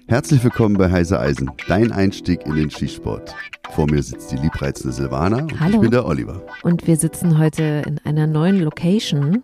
Herzlich willkommen bei Heise Eisen, dein Einstieg in den Skisport. Vor mir sitzt die liebreizende Silvana und Hallo. Ich bin der Oliver. Und wir sitzen heute in einer neuen Location.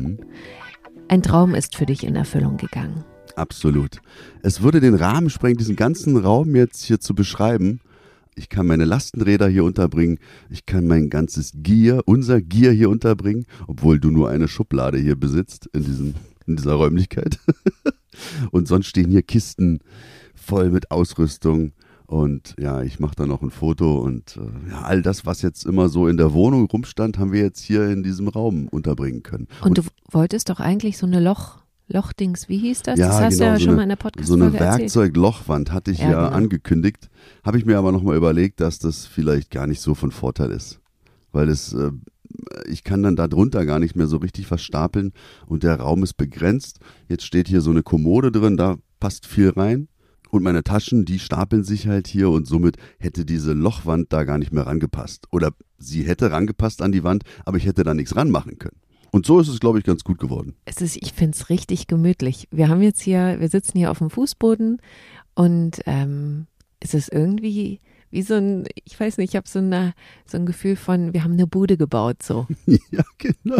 Ein Traum ist für dich in Erfüllung gegangen. Absolut. Es würde den Rahmen sprengen, diesen ganzen Raum jetzt hier zu beschreiben. Ich kann meine Lastenräder hier unterbringen, ich kann mein ganzes Gear, unser Gear hier unterbringen, obwohl du nur eine Schublade hier besitzt in dieser Räumlichkeit. Und sonst stehen hier Kisten voll mit Ausrüstung und ja, ich mache da noch ein Foto und all das, was jetzt immer so in der Wohnung rumstand, haben wir jetzt hier in diesem Raum unterbringen können. Und du wolltest doch eigentlich so eine Lochdings, wie hieß das? Ja, das hast genau, du ja so schon mal in der Podcast-Folge so eine erzählt. Werkzeuglochwand hatte ich ja genau. angekündigt, habe ich mir aber nochmal überlegt, dass das vielleicht gar nicht so von Vorteil ist, weil ich kann dann da drunter gar nicht mehr so richtig was stapeln und der Raum ist begrenzt. Jetzt steht hier so eine Kommode drin, da passt viel rein und meine Taschen, die stapeln sich halt hier und somit hätte diese Lochwand da gar nicht mehr rangepasst. Oder sie hätte rangepasst an die Wand, aber ich hätte da nichts ranmachen können. Und so ist es, glaube ich, ganz gut geworden. Ich finde es richtig gemütlich. Wir sitzen hier auf dem Fußboden und es ist irgendwie wie so ein, ich weiß nicht, ich habe so ein Gefühl von, wir haben eine Bude gebaut, so. Ja, genau.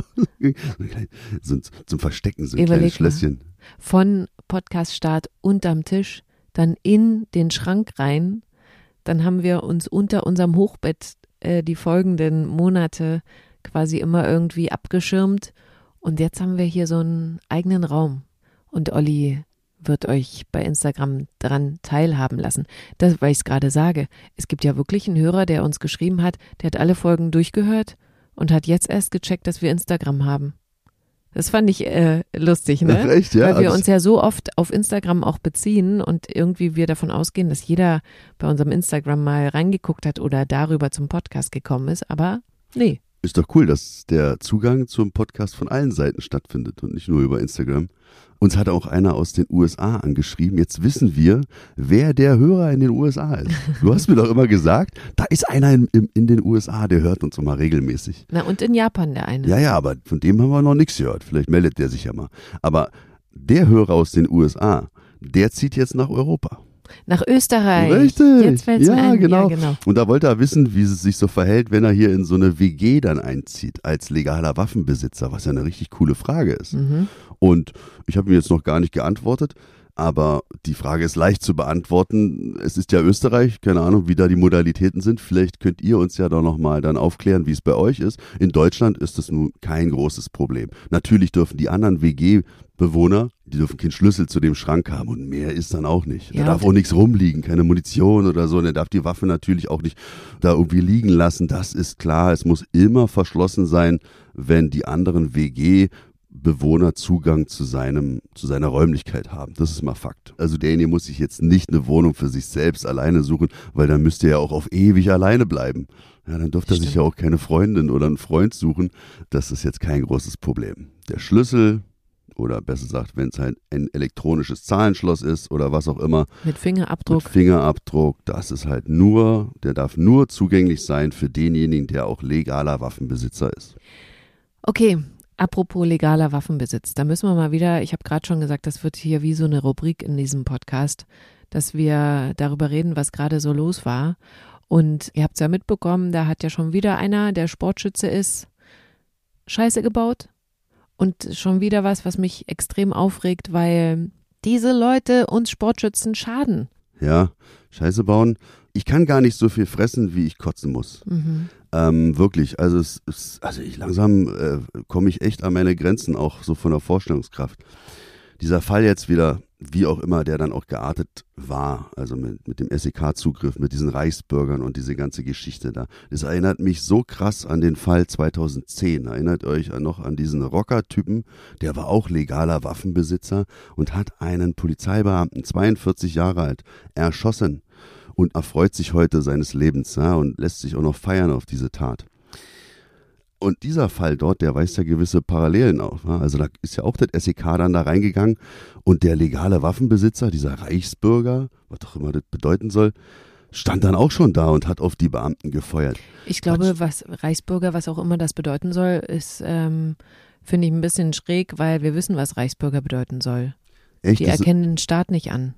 Zum Verstecken, so ein kleines Schlösschen. Von Podcast-Start unterm Tisch, dann in den Schrank rein, dann haben wir uns unter unserem Hochbett die folgenden Monate quasi immer irgendwie abgeschirmt und jetzt haben wir hier so einen eigenen Raum und Olli wird euch bei Instagram daran teilhaben lassen. Das, weil ich es gerade sage. Es gibt ja wirklich einen Hörer, der uns geschrieben hat, der hat alle Folgen durchgehört und hat jetzt erst gecheckt, dass wir Instagram haben. Das fand ich lustig, ne? Ach, echt, ja? Weil wir uns ja so oft auf Instagram auch beziehen und irgendwie wir davon ausgehen, dass jeder bei unserem Instagram mal reingeguckt hat oder darüber zum Podcast gekommen ist, aber nee. Ist doch cool, dass der Zugang zum Podcast von allen Seiten stattfindet und nicht nur über Instagram. Uns hat auch einer aus den USA angeschrieben. Jetzt wissen wir, wer der Hörer in den USA ist. Du hast mir doch immer gesagt, da ist einer in den USA, der hört uns immer regelmäßig. Na und in Japan der eine. Ja, aber von dem haben wir noch nichts gehört. Vielleicht meldet der sich ja mal. Aber der Hörer aus den USA, der zieht jetzt nach Europa. Nach Österreich. Richtig. Jetzt fällt's mir ein. Genau. Ja, genau. Und da wollte er wissen, wie es sich so verhält, wenn er hier in so eine WG dann einzieht, als legaler Waffenbesitzer, was ja eine richtig coole Frage ist. Und ich habe ihm jetzt noch gar nicht geantwortet, aber die Frage ist leicht zu beantworten. Es ist ja Österreich, keine Ahnung, wie da die Modalitäten sind. Vielleicht könnt ihr uns ja doch nochmal dann aufklären, wie es bei euch ist. In Deutschland ist das nun kein großes Problem. Natürlich dürfen die anderen WG-Bewohner, die dürfen keinen Schlüssel zu dem Schrank haben und mehr ist dann auch nicht. Da darf auch nichts rumliegen, keine Munition oder so. Und er darf die Waffe natürlich auch nicht da irgendwie liegen lassen. Das ist klar. Es muss immer verschlossen sein, wenn die anderen WG-Bewohner Zugang zu seiner Räumlichkeit haben. Das ist mal Fakt. Also derjenige muss sich jetzt nicht eine Wohnung für sich selbst alleine suchen, weil dann müsste er ja auch auf ewig alleine bleiben. Ja, dann dürfte er sich ja auch keine Freundin oder einen Freund suchen. Das ist jetzt kein großes Problem. Der Schlüssel oder besser gesagt, wenn es halt ein elektronisches Zahlenschloss ist oder was auch immer. Mit Fingerabdruck. Das ist halt der darf nur zugänglich sein für denjenigen, der auch legaler Waffenbesitzer ist. Okay, apropos legaler Waffenbesitz, da müssen wir mal wieder, ich habe gerade schon gesagt, das wird hier wie so eine Rubrik in diesem Podcast, dass wir darüber reden, was gerade so los war. Und ihr habt es ja mitbekommen, da hat ja schon wieder einer, der Sportschütze ist, Scheiße gebaut. Und schon wieder was mich extrem aufregt, weil diese Leute uns Sportschützen schaden. Ja, Scheiße bauen. Ich kann gar nicht so viel fressen, wie ich kotzen muss. Wirklich, also langsam komme ich echt an meine Grenzen, auch so von der Vorstellungskraft. Dieser Fall jetzt wieder, wie auch immer, der dann auch geartet war, also mit dem SEK-Zugriff, mit diesen Reichsbürgern und diese ganze Geschichte da. Das erinnert mich so krass an den Fall 2010. Erinnert euch noch an diesen Rocker-Typen, der war auch legaler Waffenbesitzer und hat einen Polizeibeamten, 42 Jahre alt, erschossen und erfreut sich heute seines Lebens, ja, und lässt sich auch noch feiern auf diese Tat. Und dieser Fall dort, der weist ja gewisse Parallelen auf. Also da ist ja auch das SEK dann da reingegangen und der legale Waffenbesitzer, dieser Reichsbürger, was auch immer das bedeuten soll, stand dann auch schon da und hat auf die Beamten gefeuert. Ich glaube, was Reichsbürger, was auch immer das bedeuten soll, ist, finde ich ein bisschen schräg, weil wir wissen, was Reichsbürger bedeuten soll. Echt? Die erkennen den Staat nicht an.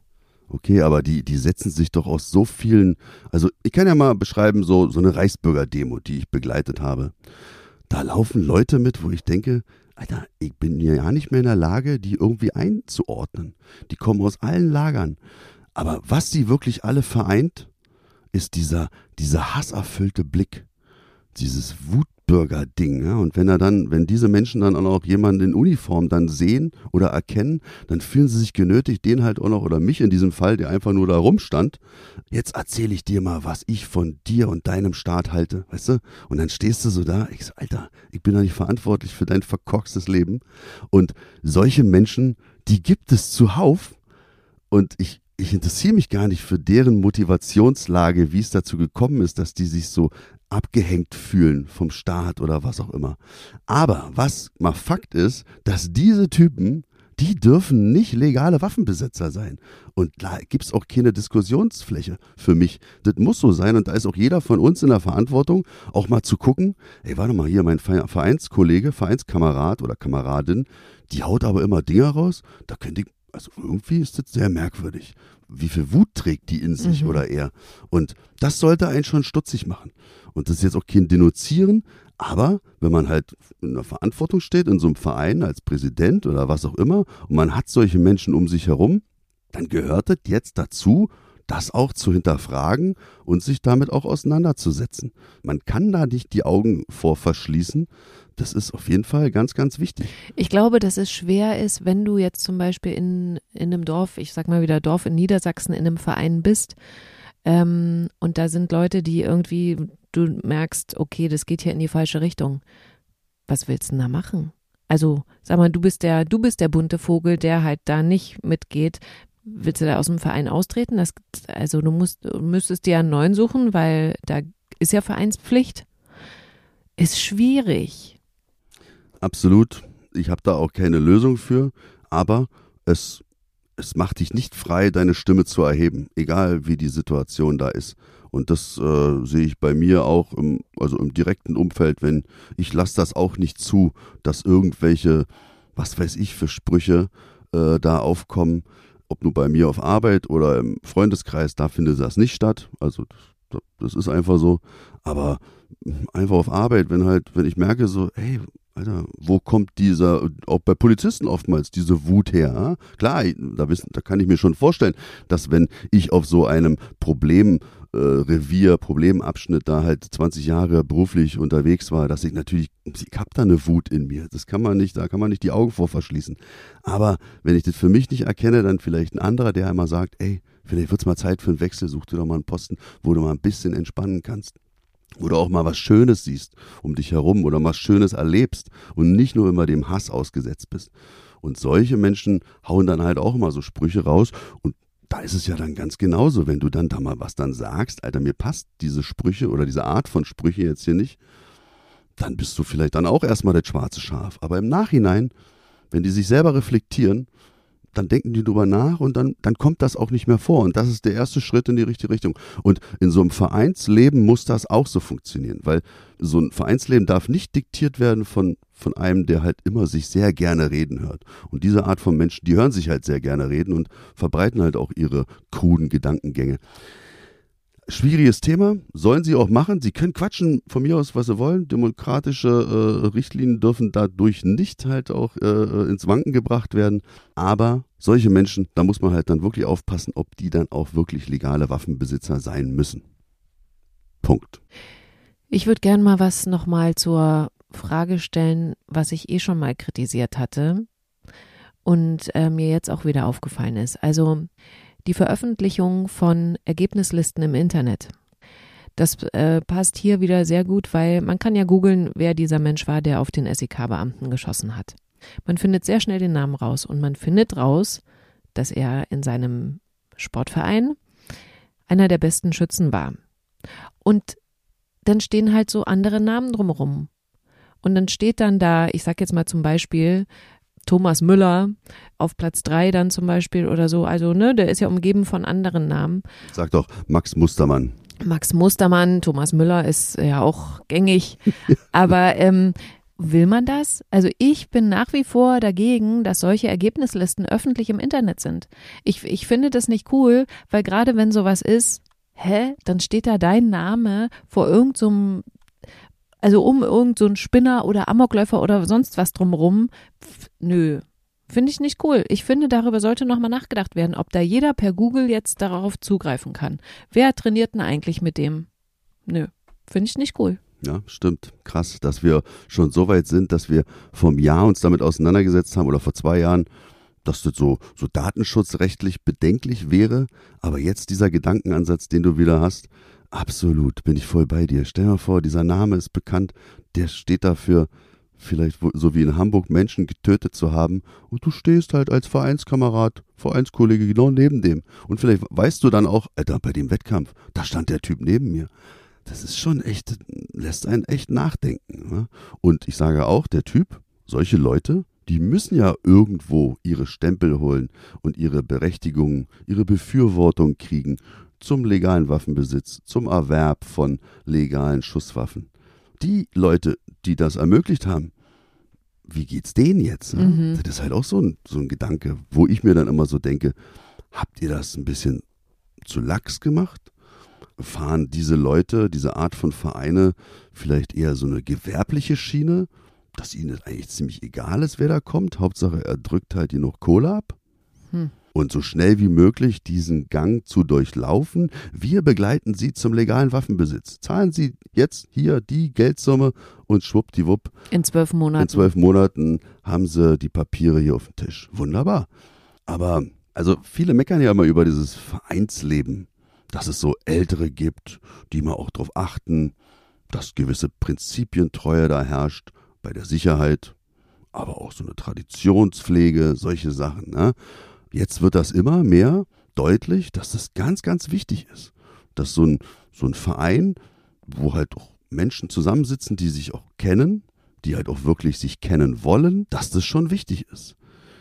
Okay, aber die setzen sich doch aus so vielen, also ich kann ja mal beschreiben, so eine Reichsbürger-Demo, die ich begleitet habe. Da laufen Leute mit, wo ich denke, Alter, ich bin ja nicht mehr in der Lage, die irgendwie einzuordnen. Die kommen aus allen Lagern. Aber was sie wirklich alle vereint, ist dieser hasserfüllte Blick. Dieses Wutbürger-Ding, ja. Und wenn diese Menschen dann auch noch jemanden in Uniform dann sehen oder erkennen, dann fühlen sie sich genötigt, den halt auch noch, oder mich in diesem Fall, der einfach nur da rumstand, jetzt erzähle ich dir mal, was ich von dir und deinem Staat halte, weißt du? Und dann stehst du so da, ich so, Alter, ich bin doch nicht verantwortlich für dein verkorkstes Leben. Und solche Menschen, die gibt es zuhauf. Und ich interessiere mich gar nicht für deren Motivationslage, wie es dazu gekommen ist, dass die sich so abgehängt fühlen vom Staat oder was auch immer. Aber was mal Fakt ist, dass diese Typen, die dürfen nicht legale Waffenbesitzer sein. Und da gibt es auch keine Diskussionsfläche für mich. Das muss so sein und da ist auch jeder von uns in der Verantwortung, auch mal zu gucken, ey, warte mal, hier mein Vereinskollege, Vereinskamerad oder Kameradin, die haut aber immer Dinger raus, da könnte ich, also irgendwie ist das sehr merkwürdig. Wie viel Wut trägt die in sich oder er? Und das sollte einen schon stutzig machen. Und das ist jetzt auch kein Denunzieren, aber wenn man halt in der Verantwortung steht, in so einem Verein als Präsident oder was auch immer, und man hat solche Menschen um sich herum, dann gehört es jetzt dazu, das auch zu hinterfragen und sich damit auch auseinanderzusetzen. Man kann da nicht die Augen vor verschließen. Das ist auf jeden Fall ganz, ganz wichtig. Ich glaube, dass es schwer ist, wenn du jetzt zum Beispiel in einem Dorf, ich sag mal wieder Dorf in Niedersachsen, in einem Verein bist, und da sind Leute, die irgendwie, du merkst, okay, das geht hier in die falsche Richtung. Was willst du denn da machen? Also, sag mal, du bist der bunte Vogel, der halt da nicht mitgeht. Willst du da aus dem Verein austreten? Du müsstest dir einen neuen suchen, weil da ist ja Vereinspflicht. Ist schwierig. Absolut. Ich habe da auch keine Lösung für, aber es macht dich nicht frei, deine Stimme zu erheben, egal wie die Situation da ist. Und das sehe ich bei mir auch im direkten Umfeld, wenn ich lasse das auch nicht zu, dass irgendwelche, was weiß ich, für Sprüche da aufkommen, ob nur bei mir auf Arbeit oder im Freundeskreis, da findet das nicht statt. Also das ist einfach so. Aber einfach auf Arbeit, wenn ich merke so, hey, Alter, wo kommt auch bei Polizisten oftmals, diese Wut her? Klar, da kann ich mir schon vorstellen, dass wenn ich auf so einem Problemabschnitt da halt 20 Jahre beruflich unterwegs war, dass ich habe da eine Wut in mir. Da kann man nicht die Augen vor verschließen. Aber wenn ich das für mich nicht erkenne, dann vielleicht ein anderer, der einmal sagt, ey, vielleicht wird's mal Zeit für einen Wechsel, such dir doch mal einen Posten, wo du mal ein bisschen entspannen kannst. Oder auch mal was Schönes siehst um dich herum oder was Schönes erlebst und nicht nur immer dem Hass ausgesetzt bist. Und solche Menschen hauen dann halt auch immer so Sprüche raus und da ist es ja dann ganz genauso, wenn du dann da mal was dann sagst, Alter, mir passt diese Sprüche oder diese Art von Sprüche jetzt hier nicht, dann bist du vielleicht dann auch erstmal das schwarze Schaf. Aber im Nachhinein, wenn die sich selber reflektieren, dann denken die drüber nach und dann kommt das auch nicht mehr vor. Und das ist der erste Schritt in die richtige Richtung. Und in so einem Vereinsleben muss das auch so funktionieren, weil so ein Vereinsleben darf nicht diktiert werden von einem, der halt immer sich sehr gerne reden hört. Und diese Art von Menschen, die hören sich halt sehr gerne reden und verbreiten halt auch ihre kruden Gedankengänge. Schwieriges Thema, sollen sie auch machen. Sie können quatschen von mir aus, was sie wollen. Demokratische Richtlinien dürfen dadurch nicht halt auch ins Wanken gebracht werden. Aber solche Menschen, da muss man halt dann wirklich aufpassen, ob die dann auch wirklich legale Waffenbesitzer sein müssen. Punkt. Ich würde gern mal was nochmal zur Frage stellen, was ich schon mal kritisiert hatte und mir jetzt auch wieder aufgefallen ist. Also die Veröffentlichung von Ergebnislisten im Internet. Das passt hier wieder sehr gut, weil man kann ja googeln, wer dieser Mensch war, der auf den SEK-Beamten geschossen hat. Man findet sehr schnell den Namen raus und man findet raus, dass er in seinem Sportverein einer der besten Schützen war. Und dann stehen halt so andere Namen drumherum. Und dann steht dann da, ich sag jetzt mal zum Beispiel, Thomas Müller auf Platz 3 dann zum Beispiel oder so. Also, der ist ja umgeben von anderen Namen. Sag doch Max Mustermann. Max Mustermann, Thomas Müller ist ja auch gängig. Aber Will man das? Also ich bin nach wie vor dagegen, dass solche Ergebnislisten öffentlich im Internet sind. Ich finde das nicht cool, weil gerade wenn sowas ist, dann steht da dein Name vor irgendeinem, also um irgend so einen Spinner oder Amokläufer oder sonst was drumrum. Nö, finde ich nicht cool. Ich finde, darüber sollte nochmal nachgedacht werden, ob da jeder per Google jetzt darauf zugreifen kann. Wer trainiert denn eigentlich mit dem? Nö, finde ich nicht cool. Ja, stimmt. Krass, dass wir schon so weit sind, dass wir vor einem Jahr uns damit auseinandergesetzt haben oder vor 2 Jahren, dass das so datenschutzrechtlich bedenklich wäre. Aber jetzt dieser Gedankenansatz, den du wieder hast, absolut, bin ich voll bei dir. Stell dir mal vor, dieser Name ist bekannt, der steht dafür, vielleicht so wie in Hamburg Menschen getötet zu haben und du stehst halt als Vereinskamerad, Vereinskollege genau neben dem. Und vielleicht weißt du dann auch, Alter, bei dem Wettkampf, da stand der Typ neben mir. Das ist schon echt, lässt einen echt nachdenken. Ne? Und ich sage auch, der Typ, solche Leute, die müssen ja irgendwo ihre Stempel holen und ihre Berechtigung, ihre Befürwortung kriegen zum legalen Waffenbesitz, zum Erwerb von legalen Schusswaffen. Die Leute, die das ermöglicht haben, wie geht's denen jetzt? Ne? Das ist halt auch so ein Gedanke, wo ich mir dann immer so denke, habt ihr das ein bisschen zu lax gemacht? Fahren diese Leute, diese Art von Vereine vielleicht eher so eine gewerbliche Schiene, dass ihnen eigentlich ziemlich egal ist, wer da kommt? Hauptsache, er drückt halt genug Kohle ab. Und so schnell wie möglich diesen Gang zu durchlaufen. Wir begleiten Sie zum legalen Waffenbesitz. Zahlen Sie jetzt hier die Geldsumme und schwuppdiwupp. In 12 Monaten. In 12 Monaten haben Sie die Papiere hier auf dem Tisch. Wunderbar. Aber also viele meckern ja immer über dieses Vereinsleben, dass es so Ältere gibt, die mal auch darauf achten, dass gewisse Prinzipientreue da herrscht bei der Sicherheit, aber auch so eine Traditionspflege, solche Sachen. Ne? Jetzt wird das immer mehr deutlich, dass das ganz, ganz wichtig ist. Dass so ein Verein, wo halt auch Menschen zusammensitzen, die sich auch kennen, die halt auch wirklich sich kennen wollen, dass das schon wichtig ist.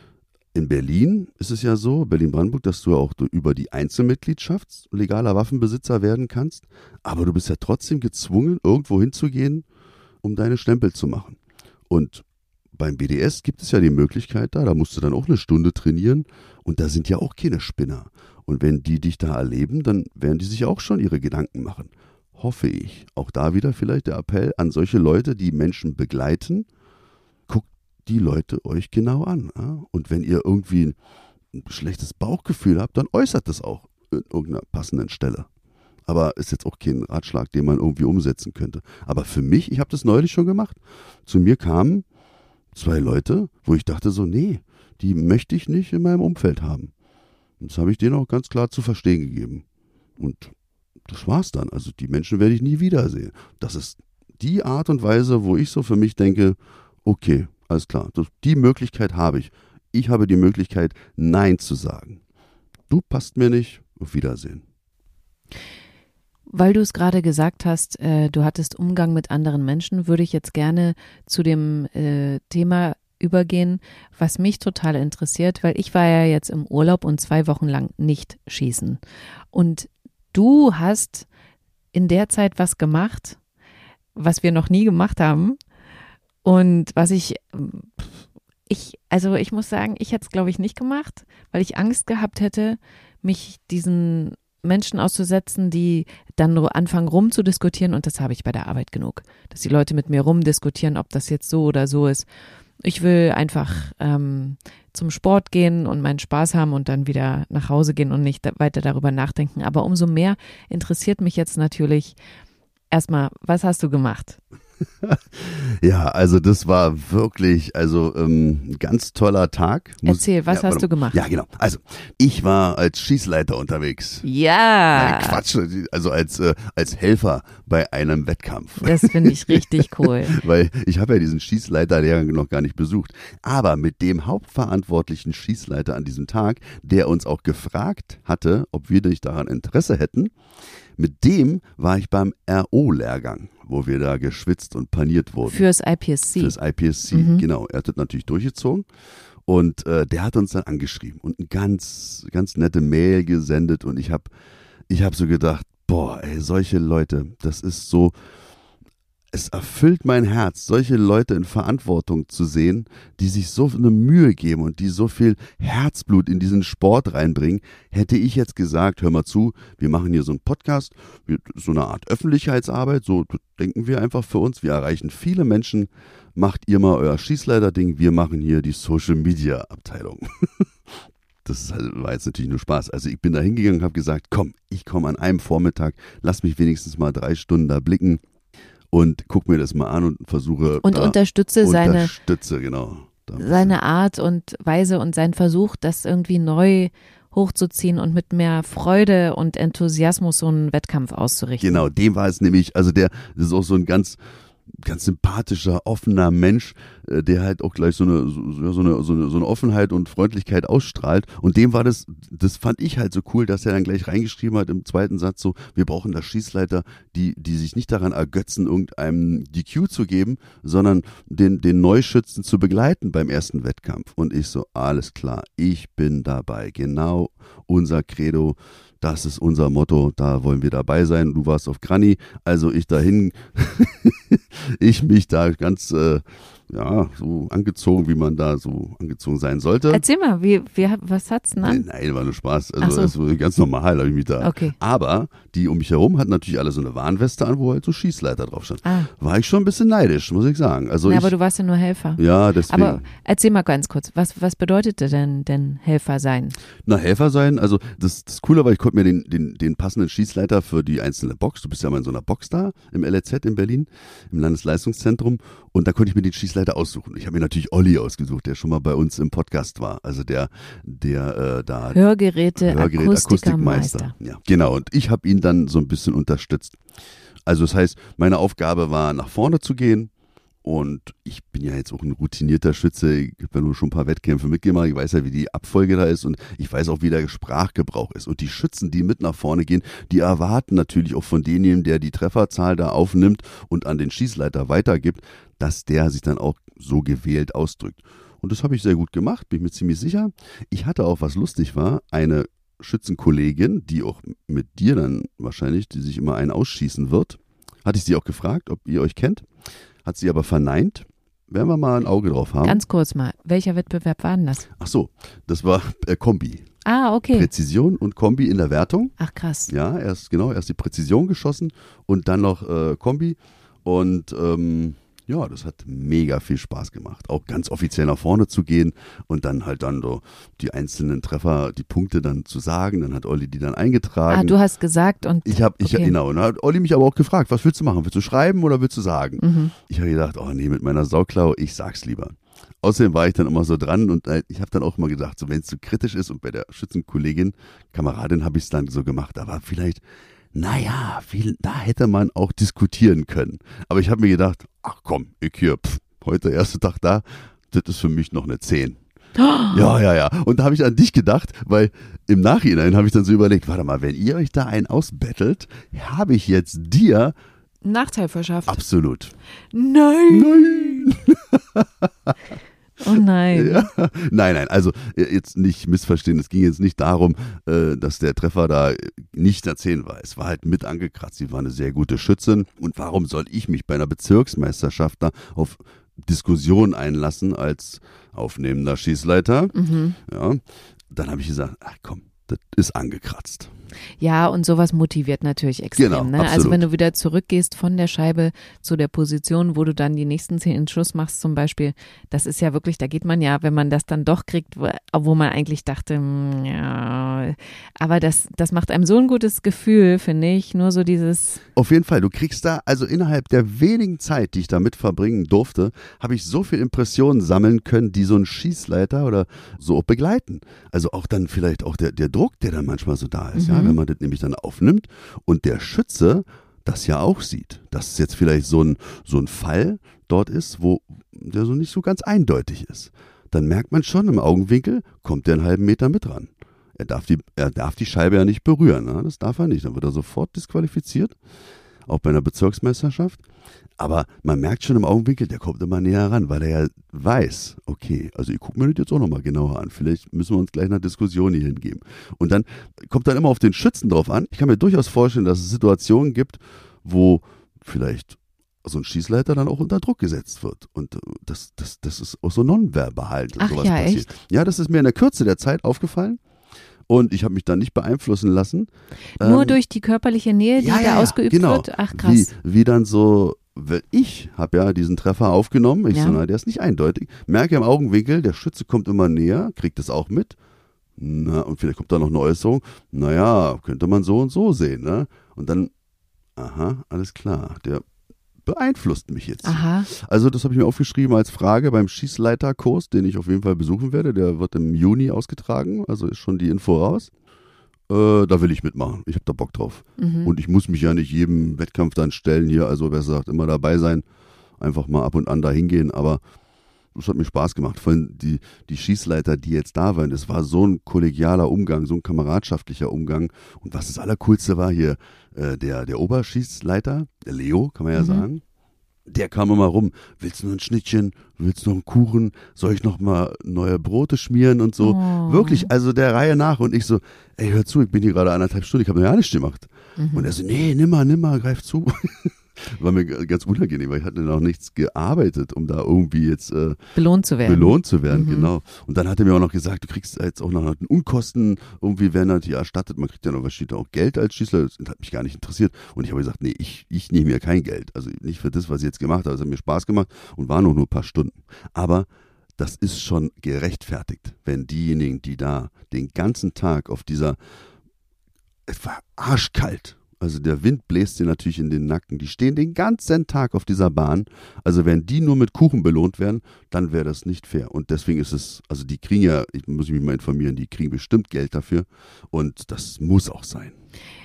In Berlin ist es ja so, Berlin-Brandenburg, dass du auch über die Einzelmitgliedschaft legaler Waffenbesitzer werden kannst, aber du bist ja trotzdem gezwungen, irgendwo hinzugehen, um deine Stempel zu machen. Und beim BDS gibt es ja die Möglichkeit da musst du dann auch eine Stunde trainieren und da sind ja auch keine Spinner. Und wenn die dich da erleben, dann werden die sich auch schon ihre Gedanken machen. Hoffe ich. Auch da wieder vielleicht der Appell an solche Leute, die Menschen begleiten, guckt die Leute euch genau an. Ja? Und wenn ihr irgendwie ein schlechtes Bauchgefühl habt, dann äußert das auch in irgendeiner passenden Stelle. Aber ist jetzt auch kein Ratschlag, den man irgendwie umsetzen könnte. Aber für mich, ich habe das neulich schon gemacht. Zu mir kamen 2 Leute, wo ich dachte so, nee, die möchte ich nicht in meinem Umfeld haben. Und das habe ich denen auch ganz klar zu verstehen gegeben. Und das war's dann. Also die Menschen werde ich nie wiedersehen. Das ist die Art und Weise, wo ich so für mich denke, okay, alles klar, die Möglichkeit habe ich. Ich habe die Möglichkeit, Nein zu sagen. Du passt mir nicht, auf Wiedersehen. Weil du es gerade gesagt hast, du hattest Umgang mit anderen Menschen, würde ich jetzt gerne zu dem Thema übergehen, was mich total interessiert, weil ich war ja jetzt im Urlaub und 2 Wochen lang nicht schießen. Und du hast in der Zeit was gemacht, was wir noch nie gemacht haben und was ich muss sagen, ich hätte es glaube ich nicht gemacht, weil ich Angst gehabt hätte, mich diesen Menschen auszusetzen, die dann anfangen rumzudiskutieren und das habe ich bei der Arbeit genug, dass die Leute mit mir rumdiskutieren, ob das jetzt so oder so ist. Ich will einfach zum Sport gehen und meinen Spaß haben und dann wieder nach Hause gehen und nicht weiter darüber nachdenken. Aber umso mehr interessiert mich jetzt natürlich erstmal, was hast du gemacht? Ja, also das war wirklich ein ganz toller Tag. Erzähl, was hast du gemacht? Ja, genau. Also ich war als Schießleiter unterwegs. Ja. Nein, Quatsch, also als Helfer bei einem Wettkampf. Das finde ich richtig cool. Weil ich habe ja diesen Schießleiterlehrgang noch gar nicht besucht. Aber mit dem hauptverantwortlichen Schießleiter an diesem Tag, der uns auch gefragt hatte, ob wir nicht daran Interesse hätten, mit dem war ich beim RO-Lehrgang, wo wir da geschwitzt und paniert wurden. Fürs IPSC. Fürs IPSC, genau. Er hat das natürlich durchgezogen und der hat uns dann angeschrieben und eine ganz, ganz nette Mail gesendet und ich hab so gedacht, boah, ey, solche Leute, das ist so, es erfüllt mein Herz, solche Leute in Verantwortung zu sehen, die sich so eine Mühe geben und die so viel Herzblut in diesen Sport reinbringen. Hätte ich jetzt gesagt, hör mal zu, wir machen hier so einen Podcast, so eine Art Öffentlichkeitsarbeit, so denken wir einfach für uns, wir erreichen viele Menschen, macht ihr mal euer Schießleiter-Ding, wir machen hier die Social-Media-Abteilung. Das war jetzt natürlich nur Spaß. Also ich bin da hingegangen und habe gesagt, komm, ich komme an einem Vormittag, lass mich wenigstens mal 3 Stunden da blicken und guck mir das mal an und versuche und unterstütze seine Art und Weise und seinen Versuch, das irgendwie neu hochzuziehen und mit mehr Freude und Enthusiasmus so einen Wettkampf auszurichten. Genau, dem war es nämlich, also das ist auch so ein ganz sympathischer, offener Mensch, der halt auch gleich so eine Offenheit und Freundlichkeit ausstrahlt. Und dem war das fand ich halt so cool, dass er dann gleich reingeschrieben hat im zweiten Satz so, wir brauchen da Schießleiter, die sich nicht daran ergötzen, irgendeinem die Cue zu geben, sondern den Neuschützen zu begleiten beim ersten Wettkampf. Und ich so, alles klar, ich bin dabei. Genau unser Credo. Das ist unser Motto, da wollen wir dabei sein. Du warst auf Granny, also ich dahin, ich mich da ganz, so angezogen, wie man da so angezogen sein sollte. Erzähl mal, was hat's denn an? Nein, war nur Spaß. Also das war ganz normal, habe ich mich da. Okay. Aber die um mich herum hatten natürlich alle so eine Warnweste an, wo halt so Schießleiter drauf stand. War ich schon ein bisschen neidisch, muss ich sagen. Also aber du warst ja nur Helfer. Ja, deswegen. Aber erzähl mal ganz kurz, was bedeutete denn Helfer sein? Na, Helfer sein, also das Coole war, ich konnte mir den passenden Schießleiter für die einzelne Box, du bist ja mal in so einer Box da, im LRZ in Berlin, im Landesleistungszentrum, und da konnte ich mir den Schießleiter aussuchen. Ich habe mir natürlich Olli ausgesucht, der schon mal bei uns im Podcast war, also der da Hörgeräte Akustikmeister. Ja, genau, und ich habe ihn dann so ein bisschen unterstützt. Also das heißt, meine Aufgabe war, nach vorne zu gehen. Und ich bin ja jetzt auch ein routinierter Schütze, ich habe ja nur schon ein paar Wettkämpfe mitgemacht, ich weiß ja, wie die Abfolge da ist und ich weiß auch, wie der Sprachgebrauch ist. Und die Schützen, die mit nach vorne gehen, die erwarten natürlich auch von demjenigen, der die Trefferzahl da aufnimmt und an den Schießleiter weitergibt, dass der sich dann auch so gewählt ausdrückt. Und das habe ich sehr gut gemacht, bin ich mir ziemlich sicher. Ich hatte auch, was lustig war, eine Schützenkollegin, die auch mit dir dann wahrscheinlich, die sich immer einen ausschießen wird, hatte ich sie auch gefragt, ob ihr euch kennt. Hat sie aber verneint. Werden wir mal ein Auge drauf haben. Ganz kurz mal, welcher Wettbewerb war denn das? Ach so, das war Kombi. Okay. Präzision und Kombi in der Wertung. Ach krass. Ja, erst die Präzision geschossen und dann noch Kombi. Und das hat mega viel Spaß gemacht. Auch ganz offiziell nach vorne zu gehen und dann halt so die einzelnen Treffer, die Punkte dann zu sagen. Dann hat Olli die dann eingetragen. Du hast gesagt und. Genau. Und dann hat Olli mich aber auch gefragt, was willst du machen? Willst du schreiben oder willst du sagen? Mhm. Ich habe gedacht, mit meiner Sauklaue, ich sag's lieber. Außerdem war ich dann immer so dran und ich habe dann auch immer gesagt, so wenn es zu kritisch ist und bei der Schützenkollegin, Kameradin habe ich es dann so gemacht, aber vielleicht, da hätte man auch diskutieren können. Aber ich habe mir gedacht, ach komm, heute der erste Tag da, das ist für mich noch eine 10. Ja. Und da habe ich an dich gedacht, weil im Nachhinein habe ich dann so überlegt, warte mal, wenn ihr euch da einen ausbettelt, habe ich jetzt dir Nachteil verschafft. Absolut. Nein. Oh nein. Ja. Nein, also jetzt nicht missverstehen, es ging jetzt nicht darum, dass der Treffer da nicht der 10 war. Es war halt mit angekratzt, sie war eine sehr gute Schützin und warum soll ich mich bei einer Bezirksmeisterschaft da auf Diskussion einlassen als aufnehmender Schießleiter? Mhm. Ja, dann habe ich gesagt, ach komm, das ist angekratzt. Ja, und sowas motiviert natürlich extrem. Genau, ne? Also wenn du wieder zurückgehst von der Scheibe zu der Position, wo du dann die nächsten 10 Schuss machst zum Beispiel, das ist ja wirklich, da geht man ja, wenn man das dann doch kriegt, wo man eigentlich dachte, ja, aber das macht einem so ein gutes Gefühl, finde ich, nur so dieses. Auf jeden Fall, du kriegst da, also innerhalb der wenigen Zeit, die ich da mit verbringen durfte, habe ich so viel Impressionen sammeln können, die so ein Schießleiter oder so auch begleiten. Also auch dann vielleicht auch der Druck, der dann manchmal so da ist, ja, wenn man das nämlich dann aufnimmt und der Schütze das ja auch sieht, dass es jetzt vielleicht so ein Fall dort ist, wo der so nicht so ganz eindeutig ist. Dann merkt man schon, im Augenwinkel kommt der einen halben Meter mit ran. Er darf die Scheibe ja nicht berühren, ne? Das darf er nicht, dann wird er sofort disqualifiziert, auch bei einer Bezirksmeisterschaft. Aber man merkt schon im Augenwinkel, der kommt immer näher ran, weil er ja weiß, okay, also ich gucke mir das jetzt auch nochmal genauer an. Vielleicht müssen wir uns gleich einer Diskussion hier hingeben. Und dann kommt dann immer auf den Schützen drauf an. Ich kann mir durchaus vorstellen, dass es Situationen gibt, wo vielleicht so ein Schießleiter dann auch unter Druck gesetzt wird. Und das ist auch so nonverbal. Ach sowas ja, passiert. echt? Ja, das ist mir in der Kürze der Zeit aufgefallen. Und ich habe mich da nicht beeinflussen lassen. Nur durch die körperliche Nähe, die da ausgeübt genau. wird? Ach, krass. Wie dann so, ich habe ja diesen Treffer aufgenommen. Ich so, na, der ist nicht eindeutig. Merke im Augenwinkel, der Schütze kommt immer näher, kriegt das auch mit. Na, und vielleicht kommt da noch eine Äußerung. Naja, könnte man so und so sehen, ne? Und dann, aha, alles klar, der beeinflusst mich jetzt. Aha. Also das habe ich mir aufgeschrieben als Frage beim Schießleiterkurs, den ich auf jeden Fall besuchen werde. Der wird im Juni ausgetragen, also ist schon die Info raus. Da will ich mitmachen. Ich habe da Bock drauf. Und ich muss mich ja nicht jedem Wettkampf dann stellen hier, also besser gesagt immer dabei sein. Einfach mal ab und an da hingehen, aber das hat mir Spaß gemacht. Vor allem die Schießleiter, die jetzt da waren, das war so ein kollegialer Umgang, so ein kameradschaftlicher Umgang. Und was das Allercoolste war hier, der Oberschießleiter, der Leo, kann man ja sagen, der kam immer rum. Willst du noch ein Schnittchen? Willst du noch einen Kuchen? Soll ich noch mal neue Brote schmieren und so? Oh. Wirklich, also der Reihe nach. Und ich so, ey, hör zu, ich bin hier gerade 1,5 Stunden, ich habe noch gar nichts gemacht. Und er so, nee, nimmer, greif zu. War mir ganz unangenehm, weil ich hatte noch nichts gearbeitet, um da irgendwie jetzt belohnt zu werden. Genau. Und dann hat er mir auch noch gesagt, du kriegst jetzt auch noch Unkosten, irgendwie werden natürlich erstattet, man kriegt ja noch wahrscheinlich auch Geld als Schießler, das hat mich gar nicht interessiert. Und ich habe gesagt, nee, ich nehme mir kein Geld, also nicht für das, was ich jetzt gemacht habe, es hat mir Spaß gemacht und war nur ein paar Stunden. Aber das ist schon gerechtfertigt, wenn diejenigen, die da den ganzen Tag auf dieser, es war arschkalt, also der Wind bläst dir natürlich in den Nacken. Die stehen den ganzen Tag auf dieser Bahn. Also wenn die nur mit Kuchen belohnt werden, dann wäre das nicht fair. Und deswegen ist es, also die kriegen ja, muss mich mal informieren, die kriegen bestimmt Geld dafür. Und das muss auch sein.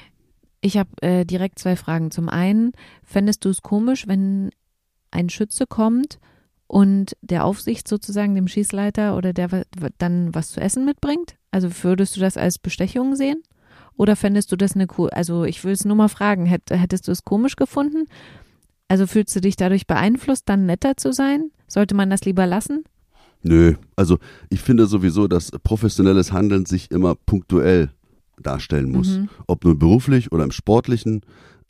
Ich habe direkt 2 Fragen. Zum einen, fändest du es komisch, wenn ein Schütze kommt und der Aufsicht sozusagen, dem Schießleiter oder der dann was zu essen mitbringt? Also würdest du das als Bestechung sehen? Oder fändest du das also ich will es nur mal fragen, hättest du es komisch gefunden? Also fühlst du dich dadurch beeinflusst, dann netter zu sein? Sollte man das lieber lassen? Nö, also ich finde sowieso, dass professionelles Handeln sich immer punktuell darstellen muss. Ob nur beruflich oder im Sportlichen.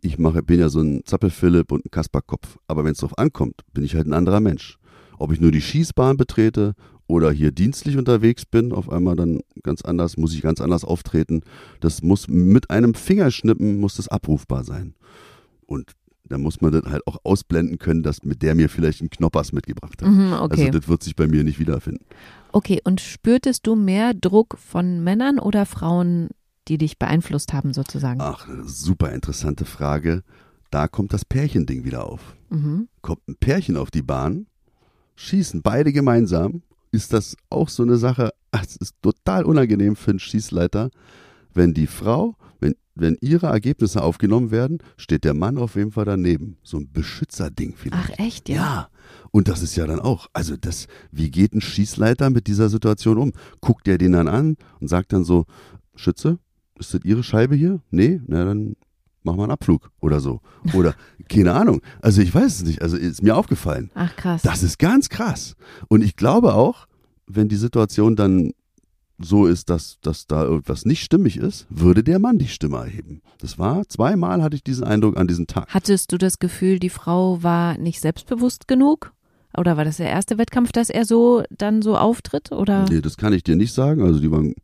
Bin ja so ein Zappel-Philipp und ein Kasperkopf. Aber wenn es drauf ankommt, bin ich halt ein anderer Mensch. Ob ich nur die Schießbahn betrete oder hier dienstlich unterwegs bin, auf einmal dann muss ich ganz anders auftreten. Das muss mit einem Fingerschnippen muss das abrufbar sein. Und da muss man das halt auch ausblenden können, dass mit der mir vielleicht einen Knoppers mitgebracht hat. Okay. Also das wird sich bei mir nicht wiederfinden. Okay, und spürtest du mehr Druck von Männern oder Frauen, die dich beeinflusst haben sozusagen? Ach, super interessante Frage. Da kommt das Pärchending wieder auf. Kommt ein Pärchen auf die Bahn, schießen beide gemeinsam, ist das auch so eine Sache, es ist total unangenehm für einen Schießleiter, wenn die Frau, wenn ihre Ergebnisse aufgenommen werden, steht der Mann auf jeden Fall daneben. So ein Beschützerding vielleicht. Ach echt, ja? Ja, und das ist ja dann auch, also wie geht ein Schießleiter mit dieser Situation um? Guckt er den dann an und sagt dann so, Schütze, ist das Ihre Scheibe hier? Nee, na dann mach mal einen Abflug oder so. Oder, keine Ahnung. Also ich weiß es nicht. Also ist mir aufgefallen. Ach krass. Das ist ganz krass. Und ich glaube auch, wenn die Situation dann so ist, dass da irgendwas nicht stimmig ist, würde der Mann die Stimme erheben. Das war 2-mal hatte ich diesen Eindruck an diesem Tag. Hattest du das Gefühl, die Frau war nicht selbstbewusst genug? Oder war das der erste Wettkampf, dass er dann so auftritt? Oder? Nee, das kann ich dir nicht sagen. Also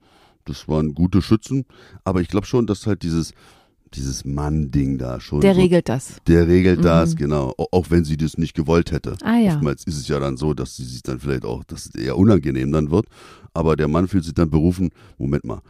das waren gute Schützen. Aber ich glaube schon, dass halt dieses Mann-Ding da schon. Der regelt das. Der regelt das, genau. Auch wenn sie das nicht gewollt hätte. Ah ja. Oftmals ist es ja dann so, dass sie sich dann vielleicht auch, dass es eher unangenehm dann wird. Aber der Mann fühlt sich dann berufen, Moment mal,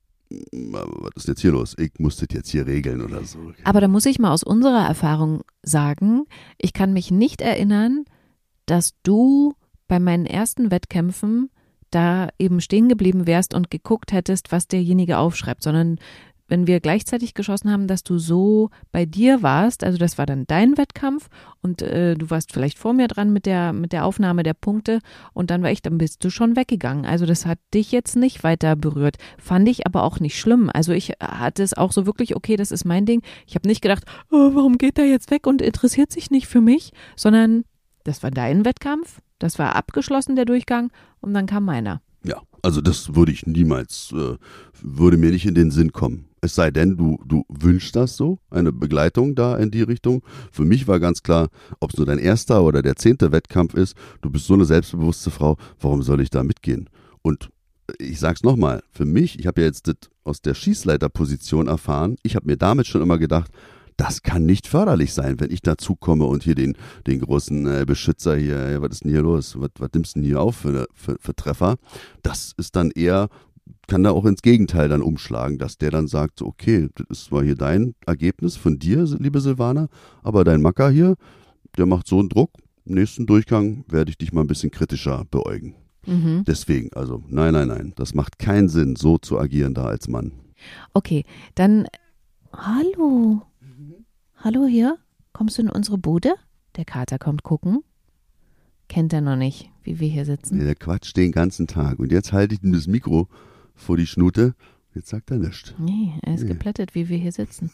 was ist jetzt hier los? Ich muss das jetzt hier regeln oder so. Aber da muss ich mal aus unserer Erfahrung sagen, ich kann mich nicht erinnern, dass du bei meinen ersten Wettkämpfen da eben stehen geblieben wärst und geguckt hättest, was derjenige aufschreibt, sondern wenn wir gleichzeitig geschossen haben, dass du so bei dir warst, also das war dann dein Wettkampf und du warst vielleicht vor mir dran mit der Aufnahme der Punkte und dann dann bist du schon weggegangen. Also das hat dich jetzt nicht weiter berührt. Fand ich aber auch nicht schlimm. Also ich hatte es auch so wirklich, okay, das ist mein Ding. Ich habe nicht gedacht, oh, warum geht der jetzt weg und interessiert sich nicht für mich, sondern das war dein Wettkampf, das war abgeschlossen, der Durchgang und dann kam meiner. Ja, also das würde ich niemals, würde mir nicht in den Sinn kommen. Es sei denn, du wünschst das so, eine Begleitung da in die Richtung. Für mich war ganz klar, ob es nur dein erster oder der 10. Wettkampf ist, du bist so eine selbstbewusste Frau, warum soll ich da mitgehen? Und ich sag's nochmal, für mich, ich habe ja jetzt das aus der Schießleiterposition erfahren, ich habe mir damit schon immer gedacht, das kann nicht förderlich sein, wenn ich dazu komme und hier den großen Beschützer hier, was ist denn hier los? Was nimmst du denn hier auf für Treffer? Das ist dann eher, kann da auch ins Gegenteil dann umschlagen, dass der dann sagt, so, okay, das ist zwar hier dein Ergebnis von dir, liebe Silvana, aber dein Macker hier, der macht so einen Druck, im nächsten Durchgang werde ich dich mal ein bisschen kritischer beäugen. Deswegen, also nein, das macht keinen Sinn, so zu agieren da als Mann. Okay, dann, hallo hier, kommst du in unsere Bude? Der Kater kommt gucken. Kennt er noch nicht, wie wir hier sitzen. Nee, der quatscht den ganzen Tag und jetzt halte ich ihm das Mikro vor die Schnute, jetzt sagt er nichts. Nee, er ist geplättet, wie wir hier sitzen.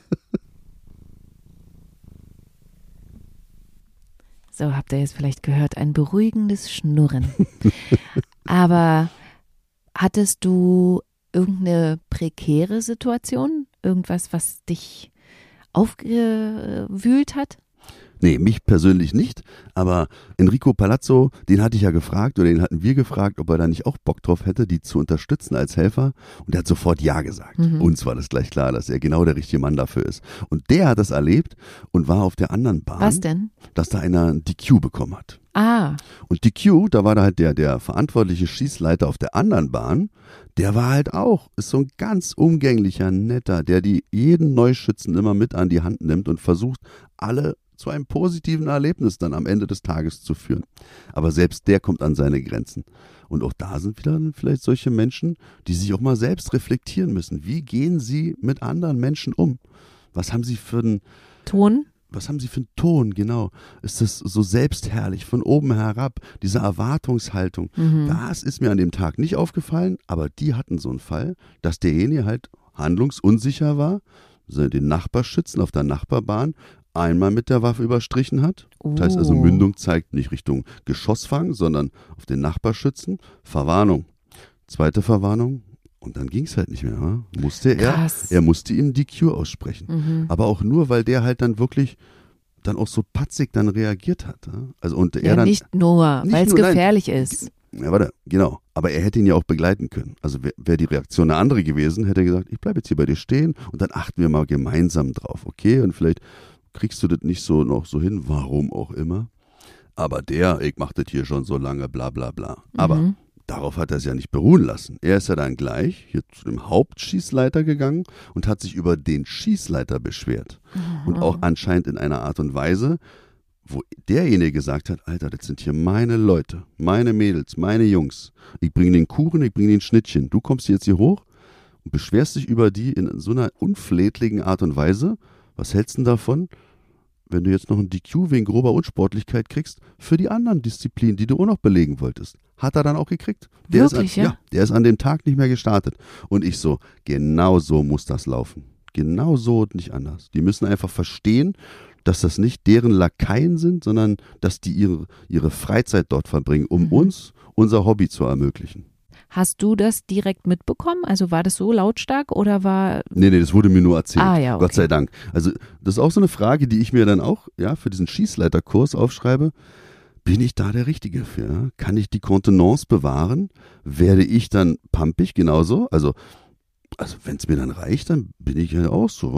So, habt ihr jetzt vielleicht gehört, ein beruhigendes Schnurren. Aber hattest du irgendeine prekäre Situation? Irgendwas, was dich aufgewühlt hat? Nee, mich persönlich nicht, aber Enrico Palazzo, den hatte ich ja gefragt oder den hatten wir gefragt, ob er da nicht auch Bock drauf hätte, die zu unterstützen als Helfer und der hat sofort Ja gesagt. Uns war das gleich klar, dass er genau der richtige Mann dafür ist. Und der hat das erlebt und war auf der anderen Bahn. Was denn? Dass da einer ein DQ bekommen hat. Ah. Und DQ, da war da halt der verantwortliche Schießleiter auf der anderen Bahn, der war halt auch, ist so ein ganz umgänglicher, netter, der jeden Neuschützen immer mit an die Hand nimmt und versucht, alle zu einem positiven Erlebnis dann am Ende des Tages zu führen. Aber selbst der kommt an seine Grenzen. Und auch da sind wieder vielleicht solche Menschen, die sich auch mal selbst reflektieren müssen. Wie gehen sie mit anderen Menschen um? Was haben sie für einen Ton? Was haben sie für einen Ton, genau? Ist das so selbstherrlich, von oben herab, diese Erwartungshaltung? Das ist mir an dem Tag nicht aufgefallen, aber die hatten so einen Fall, dass derjenige halt handlungsunsicher war, den Nachbarschützen auf der Nachbarbahn einmal mit der Waffe überstrichen hat. Das heißt also, Mündung zeigt nicht Richtung Geschossfang, sondern auf den Nachbarschützen. Verwarnung. Zweite Verwarnung. Und dann ging es halt nicht mehr. Wa? Er musste ihm DQ aussprechen. Aber auch nur, weil der halt dann wirklich dann auch so patzig dann reagiert hat. Ja? Also und er dann, nicht nur, weil es gefährlich ist. Ja, warte, genau. Aber er hätte ihn ja auch begleiten können. Also wäre die Reaktion eine andere gewesen, hätte er gesagt, ich bleibe jetzt hier bei dir stehen und dann achten wir mal gemeinsam drauf, okay? Und vielleicht kriegst du das nicht so noch so hin, warum auch immer. Aber ich mach das hier schon so lange, bla bla bla. Aber darauf hat er es ja nicht beruhen lassen. Er ist ja dann gleich hier zu dem Hauptschießleiter gegangen und hat sich über den Schießleiter beschwert. Und auch anscheinend in einer Art und Weise, wo derjenige gesagt hat, Alter, das sind hier meine Leute, meine Mädels, meine Jungs. Ich bringe den Kuchen, ich bringe den Schnittchen. Du kommst jetzt hier hoch und beschwerst dich über die in so einer unflätlichen Art und Weise. Was hältst du denn davon, wenn du jetzt noch ein DQ wegen grober Unsportlichkeit kriegst, für die anderen Disziplinen, die du auch noch belegen wolltest? Hat er dann auch gekriegt. Der ist an dem Tag nicht mehr gestartet. Und ich so, genau so muss das laufen. Genau so und nicht anders. Die müssen einfach verstehen, dass das nicht deren Lakaien sind, sondern dass die ihre Freizeit dort verbringen, um uns unser Hobby zu ermöglichen. Hast du das direkt mitbekommen? Also war das so lautstark oder war... Nee, das wurde mir nur erzählt. Ah, ja, okay. Gott sei Dank. Also das ist auch so eine Frage, die ich mir dann auch für diesen Schießleiterkurs aufschreibe. Bin ich da der Richtige für? Ja? Kann ich die Kontenance bewahren? Werde ich dann pampig genauso? Also wenn es mir dann reicht, dann bin ich ja auch so.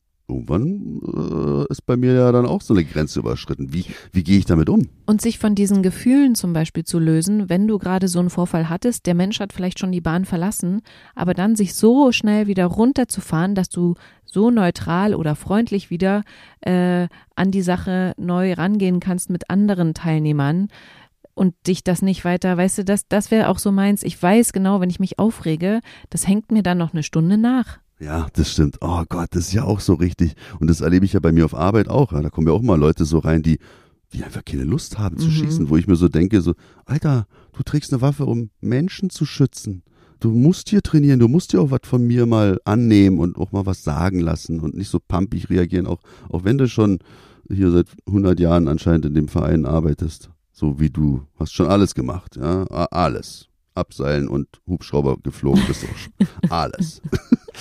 Irgendwann ist bei mir ja dann auch so eine Grenze überschritten. Wie gehe ich damit um? Und sich von diesen Gefühlen zum Beispiel zu lösen, wenn du gerade so einen Vorfall hattest, der Mensch hat vielleicht schon die Bahn verlassen, aber dann sich so schnell wieder runterzufahren, dass du so neutral oder freundlich wieder an die Sache neu rangehen kannst mit anderen Teilnehmern und dich das nicht weiter, weißt du, das wäre auch so meins. Ich weiß genau, wenn ich mich aufrege, das hängt mir dann noch eine Stunde nach. Ja, das stimmt. Oh Gott, das ist ja auch so richtig. Und das erlebe ich ja bei mir auf Arbeit auch. Ja. Da kommen ja auch mal Leute so rein, die einfach keine Lust haben zu schießen, wo ich mir so denke, so, Alter, du trägst eine Waffe, um Menschen zu schützen. Du musst hier trainieren, du musst dir auch was von mir mal annehmen und auch mal was sagen lassen und nicht so pampig reagieren, auch wenn du schon hier seit 100 Jahren anscheinend in dem Verein arbeitest. So wie du. Hast schon alles gemacht, ja, alles. Abseilen und Hubschrauber geflogen bist auch schon. Alles.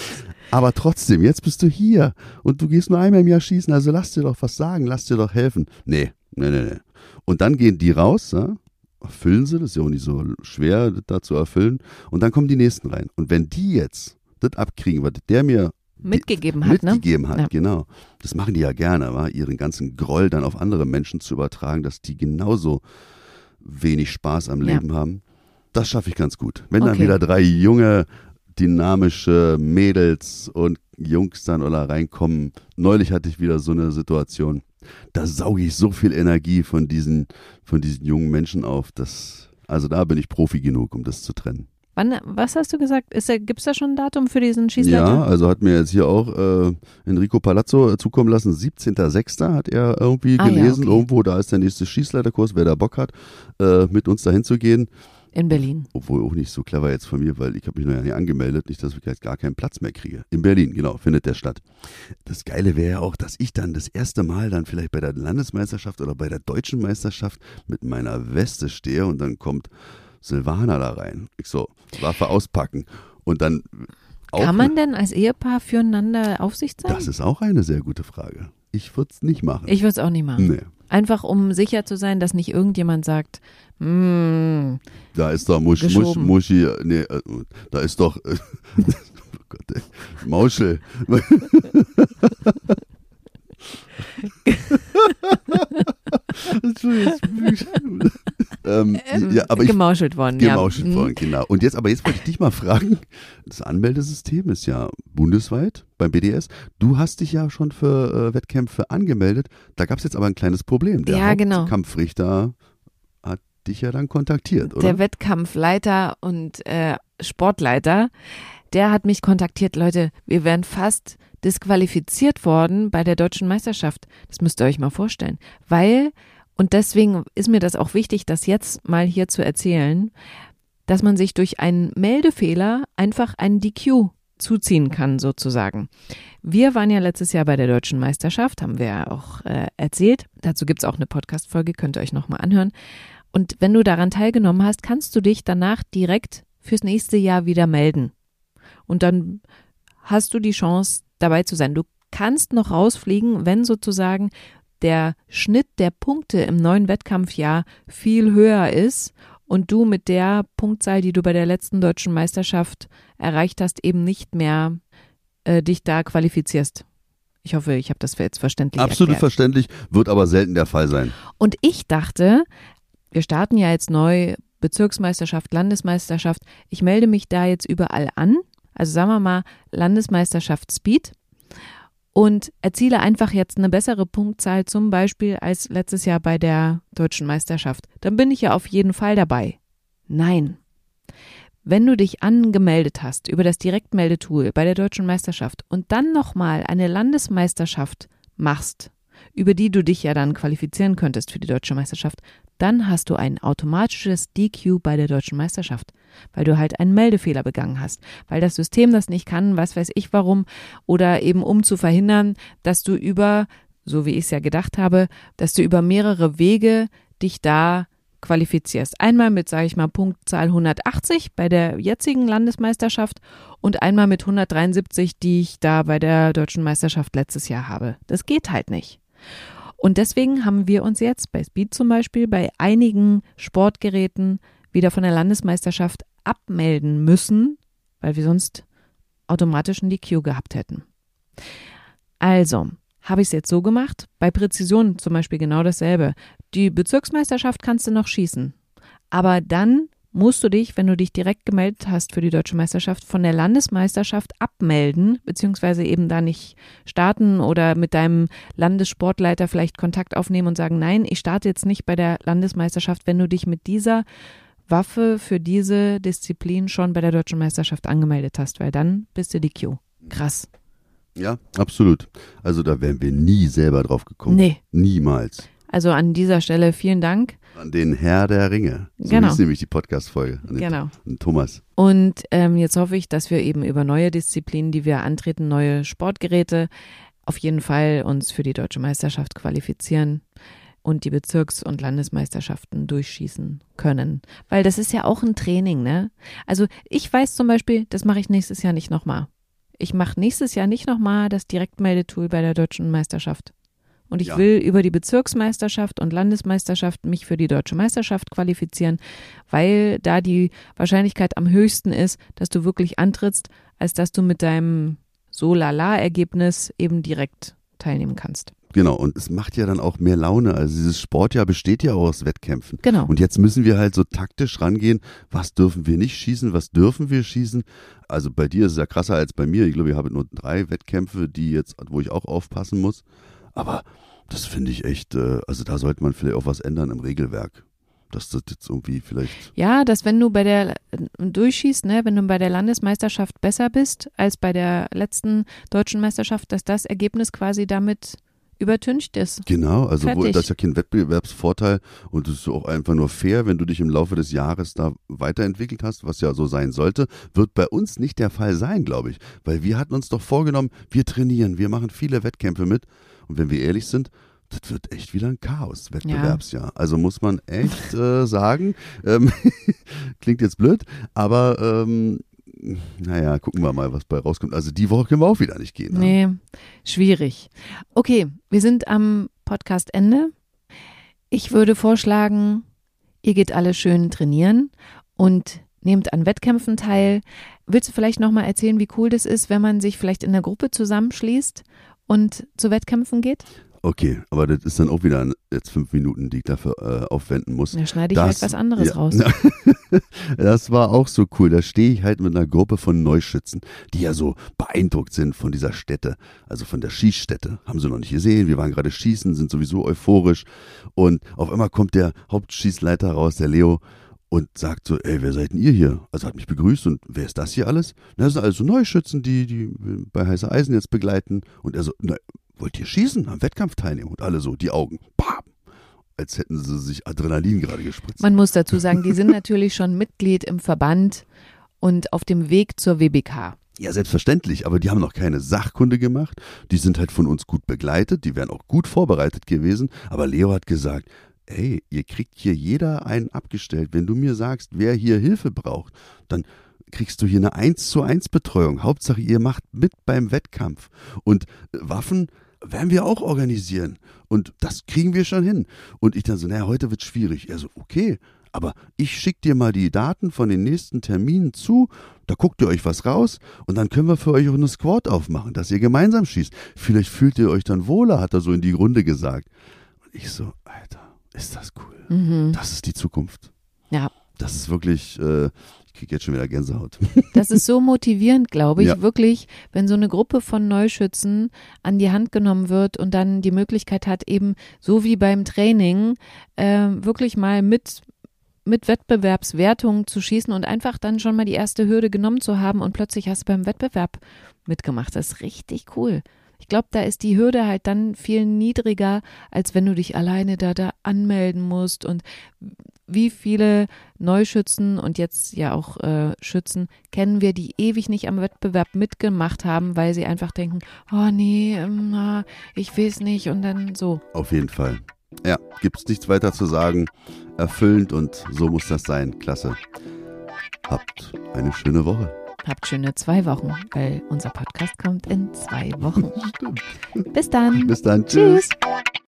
Aber trotzdem, jetzt bist du hier und du gehst nur einmal im Jahr schießen, also lass dir doch was sagen, lass dir doch helfen. Nee. Und dann gehen die raus, ja, erfüllen sie, das ist ja auch nicht so schwer, das da zu erfüllen, und dann kommen die Nächsten rein. Und wenn die jetzt das abkriegen, was der mir mitgegeben hat, ja. Genau. Das machen die ja gerne, ihren ganzen Groll dann auf andere Menschen zu übertragen, dass die genauso wenig Spaß am Leben haben. Das schaffe ich ganz gut. Wenn dann wieder 3 junge, dynamische Mädels und Jungs dann oder reinkommen. Neulich hatte ich wieder so eine Situation, da sauge ich so viel Energie von diesen jungen Menschen auf. Also da bin ich Profi genug, um das zu trennen. Was hast du gesagt? Gibt es da schon ein Datum für diesen Schießleiter? Ja, also hat mir jetzt hier auch Enrico Palazzo zukommen lassen. 17.06. hat er irgendwie gelesen. Ja, irgendwo, da ist der nächste Schießleiterkurs, wer da Bock hat, mit uns dahin zu gehen. In Berlin. Obwohl auch nicht so clever jetzt von mir, weil ich habe mich noch ja nicht angemeldet, nicht, dass ich jetzt gar keinen Platz mehr kriege. In Berlin, genau, findet der statt. Das Geile wäre ja auch, dass ich dann das erste Mal dann vielleicht bei der Landesmeisterschaft oder bei der deutschen Meisterschaft mit meiner Weste stehe und dann kommt Silvana da rein. Ich so, Waffe auspacken. Und dann auch. Kann man denn als Ehepaar füreinander Aufsicht sein? Das ist auch eine sehr gute Frage. Ich würde es nicht machen. Ich würde es auch nicht machen. Nee. Einfach um sicher zu sein, dass nicht irgendjemand sagt, da ist doch Muschi, nee, da ist doch, oh Gott, ey, Mauschel. Aber gemauschelt worden. Gemauschelt worden, genau. Und jetzt wollte ich dich mal fragen, das Anmeldesystem ist ja bundesweit beim BDS. Du hast dich ja schon für Wettkämpfe angemeldet. Da gab es jetzt aber ein kleines Problem. Der Hauptkampfrichter hat dich ja dann kontaktiert, oder? Der Wettkampfleiter und Sportleiter, der hat mich kontaktiert. Leute, wir wären fast disqualifiziert worden bei der deutschen Meisterschaft. Das müsst ihr euch mal vorstellen. Und deswegen ist mir das auch wichtig, das jetzt mal hier zu erzählen, dass man sich durch einen Meldefehler einfach einen DQ zuziehen kann, sozusagen. Wir waren ja letztes Jahr bei der deutschen Meisterschaft, haben wir ja auch erzählt. Dazu gibt es auch eine Podcast-Folge, könnt ihr euch nochmal anhören. Und wenn du daran teilgenommen hast, kannst du dich danach direkt fürs nächste Jahr wieder melden. Und dann hast du die Chance, dabei zu sein. Du kannst noch rausfliegen, wenn sozusagen der Schnitt der Punkte im neuen Wettkampfjahr viel höher ist und du mit der Punktzahl, die du bei der letzten deutschen Meisterschaft erreicht hast, eben nicht mehr dich da qualifizierst. Ich hoffe, ich habe das jetzt verständlich Absolut erklärt. Verständlich, wird aber selten der Fall sein. Und ich dachte, wir starten ja jetzt neu, Bezirksmeisterschaft, Landesmeisterschaft. Ich melde mich da jetzt überall an. Also sagen wir mal Landesmeisterschaft Speed und erziele einfach jetzt eine bessere Punktzahl zum Beispiel als letztes Jahr bei der deutschen Meisterschaft. Dann bin ich ja auf jeden Fall dabei. Nein. Wenn du dich angemeldet hast über das Direktmeldetool bei der deutschen Meisterschaft und dann nochmal eine Landesmeisterschaft machst, über die du dich ja dann qualifizieren könntest für die deutsche Meisterschaft, dann hast du ein automatisches DQ bei der deutschen Meisterschaft, weil du halt einen Meldefehler begangen hast, weil das System das nicht kann, was weiß ich warum, oder eben um zu verhindern, dass du so wie ich es ja gedacht habe, dass du über mehrere Wege dich da qualifizierst. Einmal mit, sage ich mal, Punktzahl 180 bei der jetzigen Landesmeisterschaft und einmal mit 173, die ich da bei der deutschen Meisterschaft letztes Jahr habe. Das geht halt nicht. Und deswegen haben wir uns jetzt bei Speed zum Beispiel bei einigen Sportgeräten wieder von der Landesmeisterschaft abmelden müssen, weil wir sonst automatisch einen DQ gehabt hätten. Also habe ich es jetzt so gemacht, bei Präzision zum Beispiel genau dasselbe. Die Bezirksmeisterschaft kannst du noch schießen, aber dann musst du dich, wenn du dich direkt gemeldet hast für die deutsche Meisterschaft, von der Landesmeisterschaft abmelden, beziehungsweise eben da nicht starten oder mit deinem Landessportleiter vielleicht Kontakt aufnehmen und sagen, nein, ich starte jetzt nicht bei der Landesmeisterschaft, wenn du dich mit dieser Waffe für diese Disziplin schon bei der deutschen Meisterschaft angemeldet hast, weil dann bist du DQ. Krass. Ja, absolut. Also da wären wir nie selber drauf gekommen. Nee. Niemals. Also an dieser Stelle vielen Dank. An den Herr der Ringe. So genau. hieß nämlich die Podcast-Folge. Genau. An Thomas. Und jetzt hoffe ich, dass wir eben über neue Disziplinen, die wir antreten, neue Sportgeräte, auf jeden Fall uns für die deutsche Meisterschaft qualifizieren und die Bezirks- und Landesmeisterschaften durchschießen können. Weil das ist ja auch ein Training, ne? Also ich weiß zum Beispiel, das mache ich nächstes Jahr nicht nochmal. ich mache nächstes Jahr nicht nochmal das Direktmeldetool bei der Deutschen Meisterschaft. Und ich will über die Bezirksmeisterschaft und Landesmeisterschaft mich für die Deutsche Meisterschaft qualifizieren, weil da die Wahrscheinlichkeit am höchsten ist, dass du wirklich antrittst, als dass du mit deinem So-Lala-Ergebnis eben direkt teilnehmen kannst. Genau, und es macht ja dann auch mehr Laune. Also dieses Sportjahr besteht ja auch aus Wettkämpfen. Genau. Und jetzt müssen wir halt so taktisch rangehen, was dürfen wir nicht schießen, was dürfen wir schießen. Also bei dir ist es ja krasser als bei mir. Ich glaube, ich habe nur 3 Wettkämpfe, wo ich auch aufpassen muss. Aber das finde ich echt, also da sollte man vielleicht auch was ändern im Regelwerk. Dass das jetzt irgendwie vielleicht. Ja, dass wenn du bei der durchschießt, ne, wenn du bei der Landesmeisterschaft besser bist als bei der letzten deutschen Meisterschaft, dass das Ergebnis quasi damit übertüncht ist. Genau, also Fertig. das ist ja kein Wettbewerbsvorteil und es ist auch einfach nur fair, wenn du dich im Laufe des Jahres da weiterentwickelt hast, was ja so sein sollte, wird bei uns nicht der Fall sein, glaube ich. Weil wir hatten uns doch vorgenommen, wir trainieren, wir machen viele Wettkämpfe mit und wenn wir ehrlich sind, das wird echt wieder ein Chaos-Wettbewerbsjahr. Ja. Also muss man echt sagen, klingt jetzt blöd, aber naja, gucken wir mal, was bei rauskommt. Also die Woche können wir auch wieder nicht gehen. Ne? Nee, schwierig. Okay, wir sind am Podcast-Ende. Ich würde vorschlagen, ihr geht alle schön trainieren und nehmt an Wettkämpfen teil. Willst du vielleicht nochmal erzählen, wie cool das ist, wenn man sich vielleicht in einer Gruppe zusammenschließt und zu Wettkämpfen geht? Okay, aber das ist dann auch wieder jetzt 5 Minuten, die ich dafür aufwenden muss. Da schneide ich halt was anderes raus. Das war auch so cool. Da stehe ich halt mit einer Gruppe von Neuschützen, die ja so beeindruckt sind von dieser Stätte, also von der Schießstätte. Haben sie noch nicht gesehen. Wir waren gerade schießen, sind sowieso euphorisch. Und auf einmal kommt der Hauptschießleiter raus, der Leo, und sagt so, ey, wer seid denn ihr hier? Also hat mich begrüßt und wer ist das hier alles? Na, das sind also Neuschützen, die bei Heißer Eisen jetzt begleiten. Und er so, na, wollt ihr schießen, am Wettkampf teilnehmen? Und alle so, die Augen, bam, als hätten sie sich Adrenalin gerade gespritzt. Man muss dazu sagen, die sind natürlich schon Mitglied im Verband und auf dem Weg zur WBK. Ja, selbstverständlich, aber die haben noch keine Sachkunde gemacht. Die sind halt von uns gut begleitet, die wären auch gut vorbereitet gewesen. Aber Leo hat gesagt, ey, ihr kriegt hier jeder einen abgestellt. Wenn du mir sagst, wer hier Hilfe braucht, dann kriegst du hier eine 1:1 Betreuung. Hauptsache, ihr macht mit beim Wettkampf. Und Waffen werden wir auch organisieren. Und das kriegen wir schon hin. Und ich dann so, naja, heute wird schwierig. Er so, okay, aber ich schicke dir mal die Daten von den nächsten Terminen zu, da guckt ihr euch was raus und dann können wir für euch auch eine Squad aufmachen, dass ihr gemeinsam schießt. Vielleicht fühlt ihr euch dann wohler, hat er so in die Runde gesagt. Und ich so, Alter, ist das cool. Mhm. Das ist die Zukunft. Ja. Das ist wirklich, ich kriege jetzt schon wieder Gänsehaut. Das ist so motivierend, glaube ich, Ja. wirklich, wenn so eine Gruppe von Neuschützen an die Hand genommen wird und dann die Möglichkeit hat, eben so wie beim Training, wirklich mal mit Wettbewerbswertungen zu schießen und einfach dann schon mal die erste Hürde genommen zu haben und plötzlich hast du beim Wettbewerb mitgemacht. Das ist richtig cool. Ich glaube, da ist die Hürde halt dann viel niedriger, als wenn du dich alleine da anmelden musst. Und wie viele Neuschützen und jetzt ja auch Schützen kennen wir, die ewig nicht am Wettbewerb mitgemacht haben, weil sie einfach denken, oh nee, ich weiß nicht und dann so. Auf jeden Fall. Ja, gibt's nichts weiter zu sagen. Erfüllend und so muss das sein. Klasse. Habt eine schöne Woche. Habt schöne 2 Wochen, weil unser Podcast kommt in 2 Wochen. Stimmt. Bis dann. Bis dann. Tschüss.